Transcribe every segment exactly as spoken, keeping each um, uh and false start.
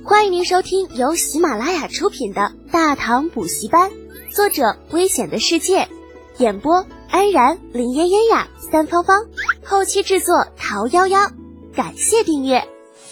欢迎您收听由喜马拉雅出品的《大唐补习班》，作者危险的世界，演播安然、林嫣嫣呀、三芳芳，后期制作桃夭夭。感谢订阅。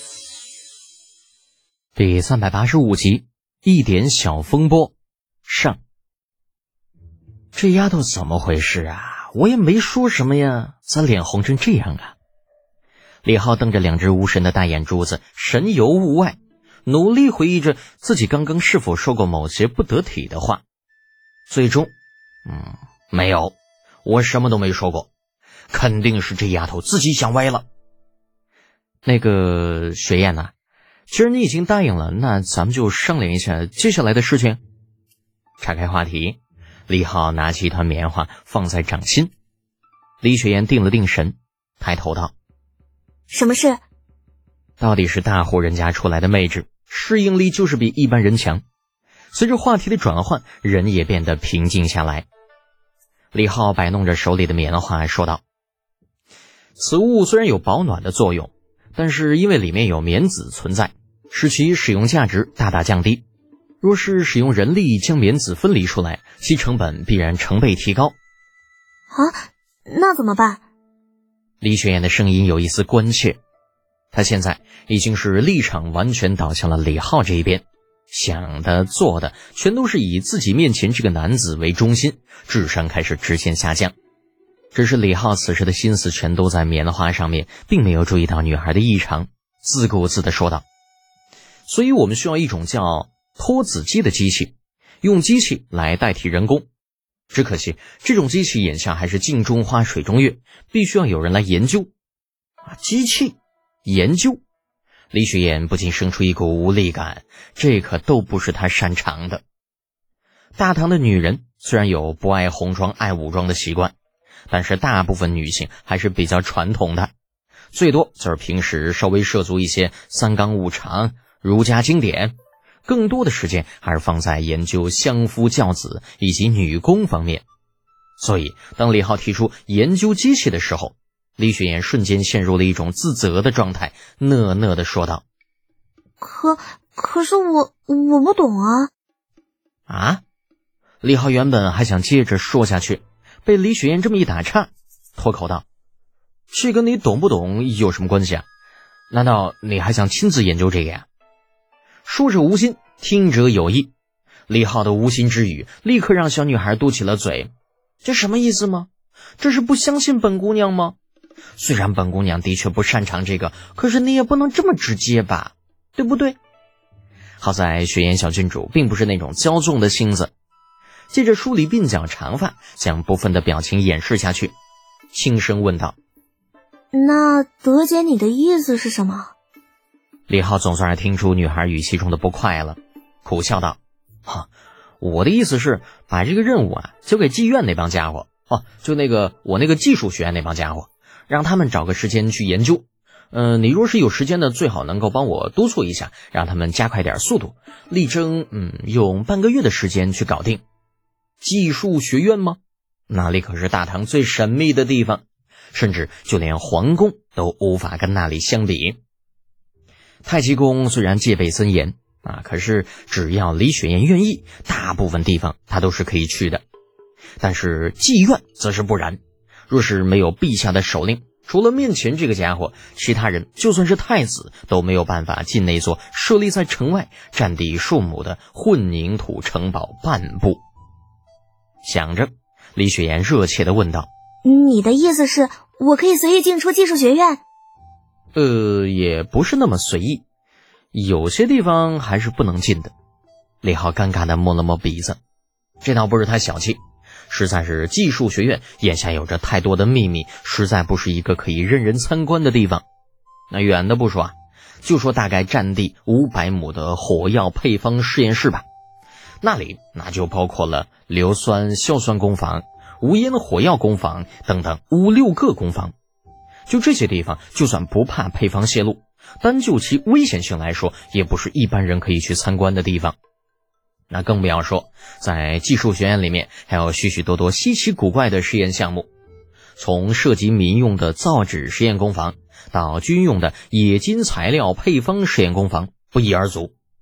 第三百八十五集，一点小风波上。这丫头怎么回事啊？我也没说什么呀，咋脸红成这样啊？李浩瞪着两只无神的大眼珠子，神游物外，努力回忆着自己刚刚是否说过某些不得体的话。最终嗯，没有，我什么都没说过，肯定是这丫头自己想歪了。那个雪雁啊，既然你已经答应了，那咱们就商量一下接下来的事情。岔开话题，李浩拿起一团棉花放在掌心。李雪雁定了定神，抬头道： 什么事？ 到底是大户人家出来的妹纸，适应力就是比一般人强。随着话题的转换，人也变得平静下来。李浩摆弄着手里的棉花说道：此物虽然有保暖的作用，但是因为里面有棉籽存在，使其使用价值大大降低。若是使用人力将棉籽分离出来，其成本必然成倍提高。 啊，那怎么办？ 李雪雁的声音有一丝关切，她现在已经是立场完全倒向了李浩这一边，想的做的全都是以自己面前这个男子为中心，智商开始直线下降。只是李浩此时的心思全都在棉花上面，并没有注意到女孩的异常，自顾自地说道：所以我们需要一种叫脱籽机的机器，用机器来代替人工。只可惜这种机器眼下还是镜中花水中月，必须要有人来研究。啊，机器研究，李雪雁不禁生出一股无力感，这可都不是她擅长的。大唐的女人虽然有不爱红妆爱武装的习惯，但是大部分女性还是比较传统的，最多就是平时稍微涉足一些三纲五常、儒家经典，更多的时间还是放在研究相夫教子以及女工方面。所以当李浩提出研究机器的时候，李雪雁瞬间陷入了一种自责的状态，讷讷地说道： 可可是我我不懂啊。 啊？李浩原本还想接着说下去，被李雪雁这么一打岔，脱口道：这跟你懂不懂有什么关系啊？难道你还想亲自研究这个呀？说者无心，听者有意。李浩的无心之语立刻让小女孩嘟起了嘴。这什么意思吗？这是不相信本姑娘吗？虽然本姑娘的确不擅长这个，可是你也不能这么直接吧，对不对？好在雪雁小郡主并不是那种骄纵的性子，借着梳理鬓角长发，将部分的表情掩饰下去，轻声问道： 那德姐你的意思是什么？ 李浩总算是听出女孩语气中的不快了，苦笑道：哈，我的意思是把这个任务啊交给妓院那帮家伙，哦，就那个我那个技术学院那帮家伙，让他们找个时间去研究。嗯、呃，你若是有时间的，最好能够帮我督促一下，让他们加快点速度，力争嗯用半个月的时间去搞定。技术学院吗？那里可是大唐最神秘的地方，甚至就连皇宫都无法跟那里相比。太极宫虽然戒备森严啊，可是只要李雪雁愿意，大部分地方她都是可以去的。但是妓院则是不然，若是没有陛下的手令，除了面前这个家伙，其他人就算是太子都没有办法进那座设立在城外占地数亩的混凝土城堡半步。想着，李雪雁热切地问道： 你的意思是我可以随意进出技术学院？ 呃，也不是那么随意，有些地方还是不能进的。李浩尴尬地摸了摸鼻子，这倒不是他小气，实在是技术学院眼下有着太多的秘密，实在不是一个可以任人参观的地方。那远的不说啊，就说大概占地五百亩的火药配方实验室吧，那里那就包括了硫酸硝酸工坊、无烟火药工坊等等五六个工坊。就这些地方，就算不怕配方泄露，单就其危险性来说，也不是一般人可以去参观的地方。那更不要说在技术学院里面还有许许多多稀奇古怪的实验项目，从涉及民用的造纸实验工坊到军用的冶金材料配方实验工坊，不一而足，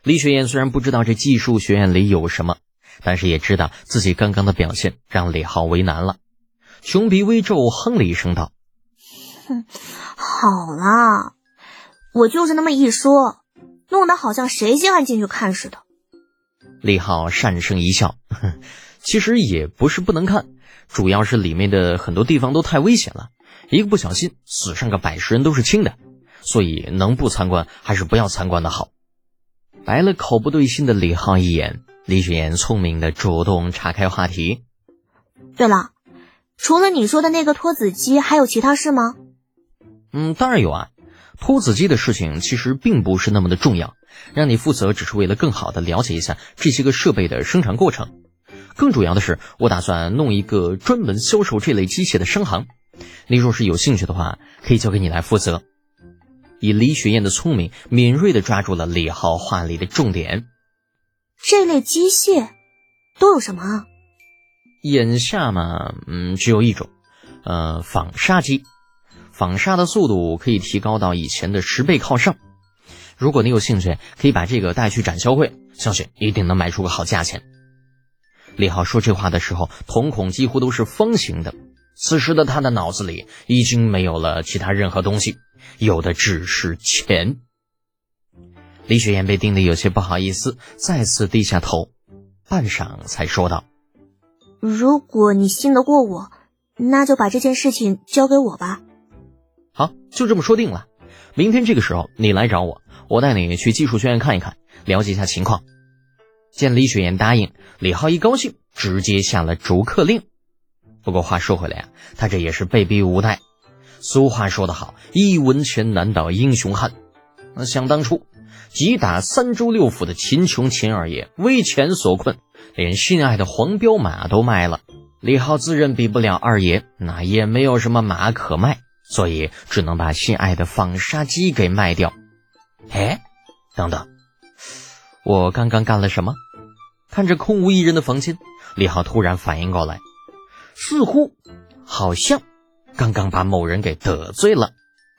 李雪燕虽然不知道这技术学院里有什么，但是也知道自己刚刚的表现让李浩为难了。穷鼻微皱，哼了一声道： 哼，好啦，我就是那么一说，弄得好像谁稀罕进去看似的。 李浩讪声一笑，其实也不是不能看，主要是里面的很多地方都太危险了，一个不小心死上个百十人都是轻的，所以能不参观还是不要参观的好。白了口不对心的李浩一眼，李雪燕聪明的主动岔开话题。 对了，除了你说的那个脱子机，还有其他事吗？ 嗯，当然有啊。脱子机的事情其实并不是那么的重要，让你负责只是为了更好的了解一下这些个设备的生产过程。更主要的是，我打算弄一个专门销售这类机械的商行，你若是有兴趣的话，可以交给你来负责。以李雪燕的聪明，敏锐地抓住了李浩话里的重点。 这类机械都有什么啊？ 眼下嘛，嗯，只有一种，呃，纺纱机。纺纱的速度可以提高到以前的十倍靠上。如果你有兴趣，可以把这个带去展销会，相信一定能卖出个好价钱。李浩说这话的时候，瞳孔几乎都是方形的。此时的他的脑子里已经没有了其他任何东西，有的只是钱。李雪燕被盯得有些不好意思，再次低下头，半晌才说道： 如果你信得过我，那就把这件事情交给我吧。 好，就这么说定了。明天这个时候你来找我，我带你去技术学院看一看，了解一下情况。见李雪燕答应，李浩一高兴，直接下了逐客令。不过话说回来啊，他这也是被逼无奈。俗话说得好，一文钱难倒英雄汉。想当初击打三州六府的秦琼秦二爷为钱所困，连心爱的黄骠马都卖了。李浩自认比不了二爷，那也没有什么马可卖，所以只能把心爱的纺纱机给卖掉。哎，等等，我刚刚干了什么？看着空无一人的房间，李浩突然反应过来，似乎好像刚刚把某人给得罪了。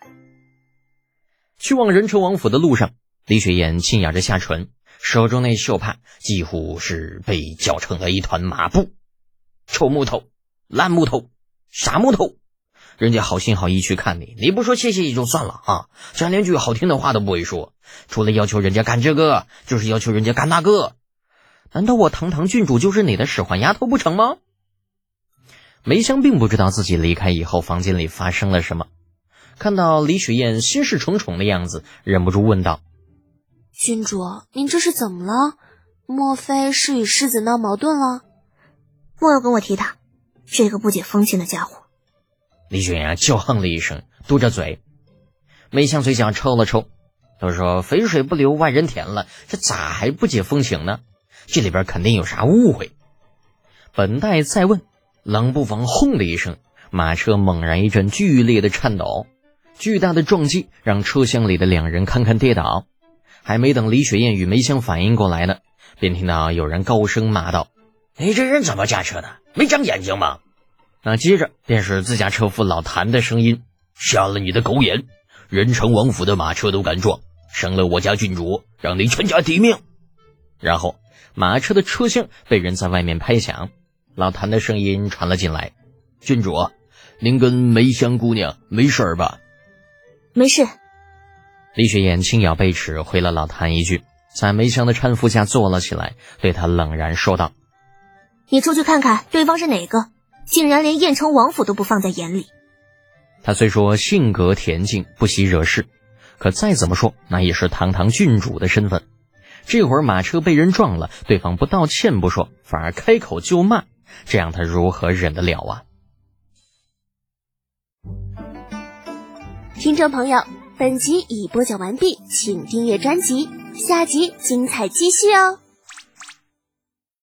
去往仁成王府的路上，李雪燕轻咬着下唇，手中那绣帕几乎是被搅成了一团麻布。臭木头，烂木头，傻木头，人家好心好意去看你，你不说谢谢也就算了啊，这连句好听的话都不会说，除了要求人家干这个，就是要求人家干那个。难道我堂堂郡主就是你的使唤丫头不成吗？梅香并不知道自己离开以后房间里发生了什么，看到李雪燕心事重重的样子，忍不住问道： 郡主，您这是怎么了？莫非是与世子闹矛盾了？ 莫要跟我提他，这个不解风情的家伙。 李雪燕就哼了一声，嘟着嘴。梅香嘴角抽了抽，都说肥水不流外人田了，这咋还不解风情呢？这里边肯定有啥误会。本待再问，冷不防轰了一声，马车猛然一阵剧烈的颤抖，巨大的撞击让车厢里的两人堪堪跌倒。还没等李雪燕与梅香反应过来呢，便听到有人高声骂道：你这人怎么驾车的？没长眼睛吗？那接着便是自家车夫老谭的声音：瞎了你的狗眼，仁成王府的马车都敢撞，伤了我家郡主，让你全家抵命。然后马车的车厢被人在外面拍响，老谭的声音传了进来：郡主，您跟梅香姑娘没事吧？ 没事。 李雪燕轻咬贝齿回了老谭一句，在梅香的搀扶下坐了起来，对他冷然说道： 你出去看看对方是哪个，竟然连燕城王府都不放在眼里。 他虽说性格恬静，不喜惹事，可再怎么说那也是堂堂郡主的身份。这会儿马车被人撞了，对方不道歉不说，反而开口就骂，这样他如何忍得了啊？ 听众朋友，本集已播讲完毕，请订阅专辑，下集精彩继续哦。